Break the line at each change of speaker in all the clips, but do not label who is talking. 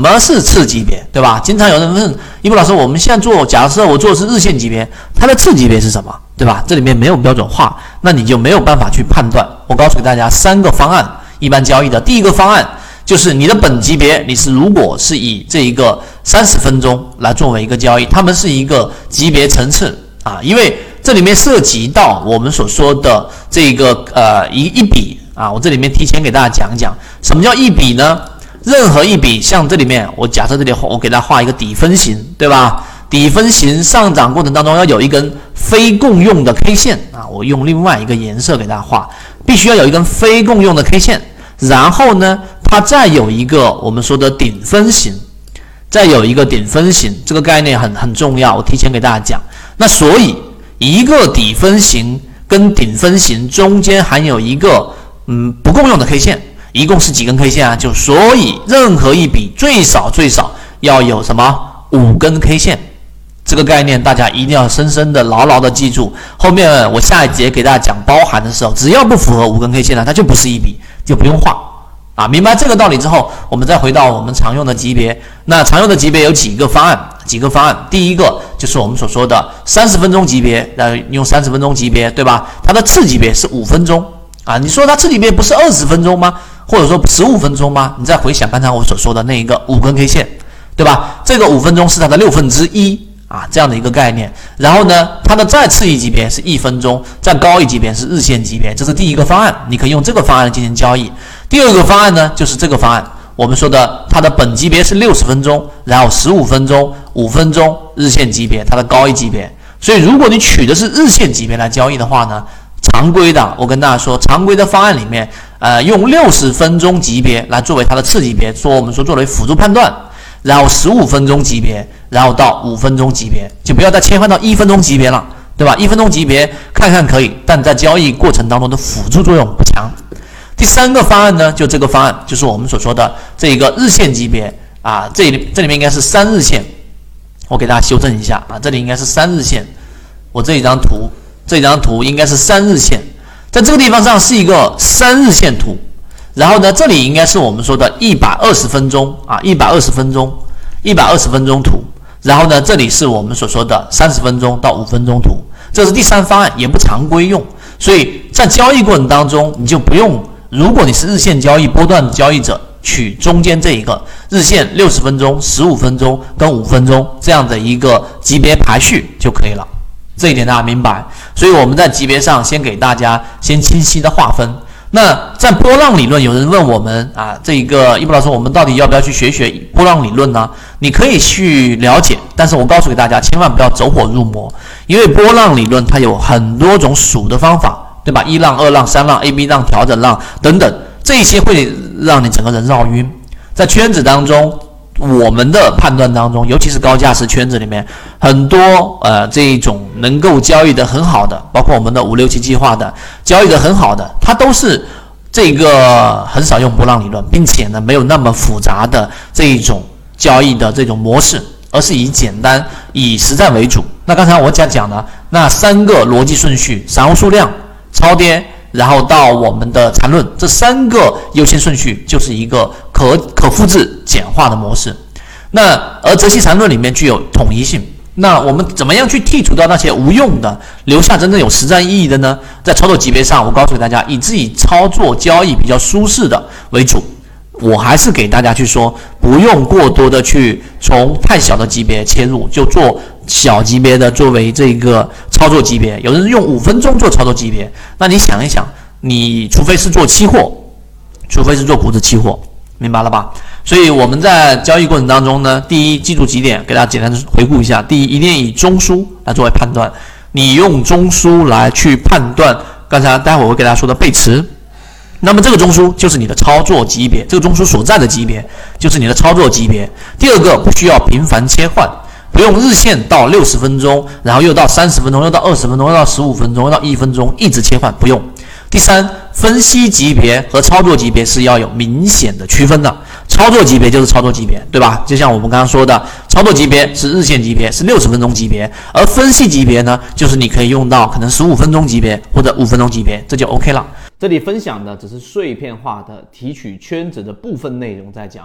什么是次级别，对吧？经常有人问一博老师，我们现在做，假设我做的是日线级别，它的次级别是什么，对吧？这里面没有标准化，那你就没有办法去判断。我告诉给大家3个方案，一般交易的第一个方案就是你的本级别，如果是以这一个30分钟来作为一个交易，它们是一个级别层次啊，因为这里面涉及到我们所说的这个一笔啊，我这里面提前给大家讲一讲什么叫一笔呢？任何一笔，像这里面我假设这里我给大家画一个底分型，对吧？底分型上涨过程当中要有一根非共用的 K 线啊，我用另外一个颜色给大家画，必须要有一根非共用的 K 线，然后呢，它再有一个我们说的顶分型，再有一个顶分型，这个概念很重要，我提前给大家讲。那所以一个底分型跟顶分型中间含有一个不共用的 K 线。一共是几根 K 线啊？所以任何一笔最少要有什么5根 K 线，这个概念大家一定要深深的牢牢的记住。后面我下一节给大家讲包含的时候，只要不符合5根 K 线呢，它就不是一笔，就不用画啊。明白这个道理之后，我们再回到我们常用的级别。那常用的级别有几个方案？第一个就是我们所说的30分钟级别，用30分钟级别，对吧？它的次级别是5分钟啊。你说它次级别不是20分钟吗？或者说15分钟吗？你再回想刚才我所说的那一个5根 K 线，对吧？这个5分钟是它的1/6啊，这样的一个概念。然后呢，它的再次一级别是1分钟，再高一级别是日线级别，这是第一个方案，你可以用这个方案进行交易。第二个方案呢，就是这个方案，我们说的它的本级别是60分钟，然后15分钟、5分钟日线级别，它的高一级别。所以如果你取的是日线级别来交易的话呢，常规的，我跟大家说，常规的方案里面，用60分钟级别来作为它的次级别，我们说作为辅助判断，然后15分钟级别，然后到5分钟级别，就不要再切换到1分钟级别了，对吧？1分钟级别看看可以，但在交易过程当中的辅助作用不强。第3个方案呢，就这个方案，就是我们所说的这个日线级别啊，这里面应该是3日线，我给大家修正一下啊，这里应该是3日线，我这一张图应该是3日线，在这个地方上是一个3日线图，然后呢，这里应该是我们说的120分钟啊，120分钟图，然后呢，这里是我们所说的30分钟到5分钟图，这是第3方案，也不常规用，所以在交易过程当中，你就不用，如果你是日线交易波段交易者，取中间这一个日线60分钟、15分钟跟5分钟这样的一个级别排序就可以了。这一点大家明白，所以我们在级别上先给大家先清晰的划分。那在波浪理论，有人问我们啊，这个一博老师，我们到底要不要去学波浪理论呢？你可以去了解，但是我告诉给大家，千万不要走火入魔，因为波浪理论它有很多种数的方法，对吧？1浪、2浪、3浪、AB 浪、调整浪等等，这些会让你整个人绕晕。在圈子当中，我们的判断当中，尤其是高价值圈子里面，很多这一种能够交易的很好的，包括我们的5、6、7计划的交易的很好的，它都是这个很少用波浪理论，并且呢没有那么复杂的这一种交易的这种模式，而是以简单以实战为主。那刚才我讲的那3个逻辑顺序，散户数量、超跌，然后到我们的缠论，这3个优先顺序就是一个可复制简化的模式。那而泽西缠论里面具有统一性，那我们怎么样去剔除掉那些无用的，留下真正有实战意义的呢？在操作级别上，我告诉大家，以自己操作交易比较舒适的为主。我还是给大家去说，不用过多的去从太小的级别切入，就做小级别的作为这个操作级别。有人用5分钟做操作级别，那你想一想，你除非是做期货，除非是做股指期货，明白了吧？所以我们在交易过程当中呢，第一，记住几点，给大家简单的回顾一下。第一，一定以中枢来作为判断，你用中枢来去判断刚才待会儿我会给大家说的背驰，那么这个中枢就是你的操作级别，这个中枢所在的级别就是你的操作级别。第二个，不需要频繁切换，不用日线到60分钟，然后又到30分钟，又到20分钟，又到15分钟，又到1分钟，一直切换，不用。第三，分析级别和操作级别是要有明显的区分的。操作级别就是操作级别，对吧？就像我们刚刚说的，操作级别是日线级别，是60分钟级别，而分析级别呢，就是你可以用到可能15分钟级别或者5分钟级别，这就 OK 了。这里分享的只是碎片化的提取圈子的部分内容在讲，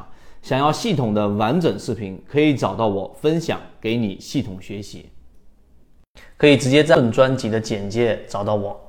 想要系统的完整视频，可以找到我分享给你系统学习。
可以直接在本专辑的简介找到我。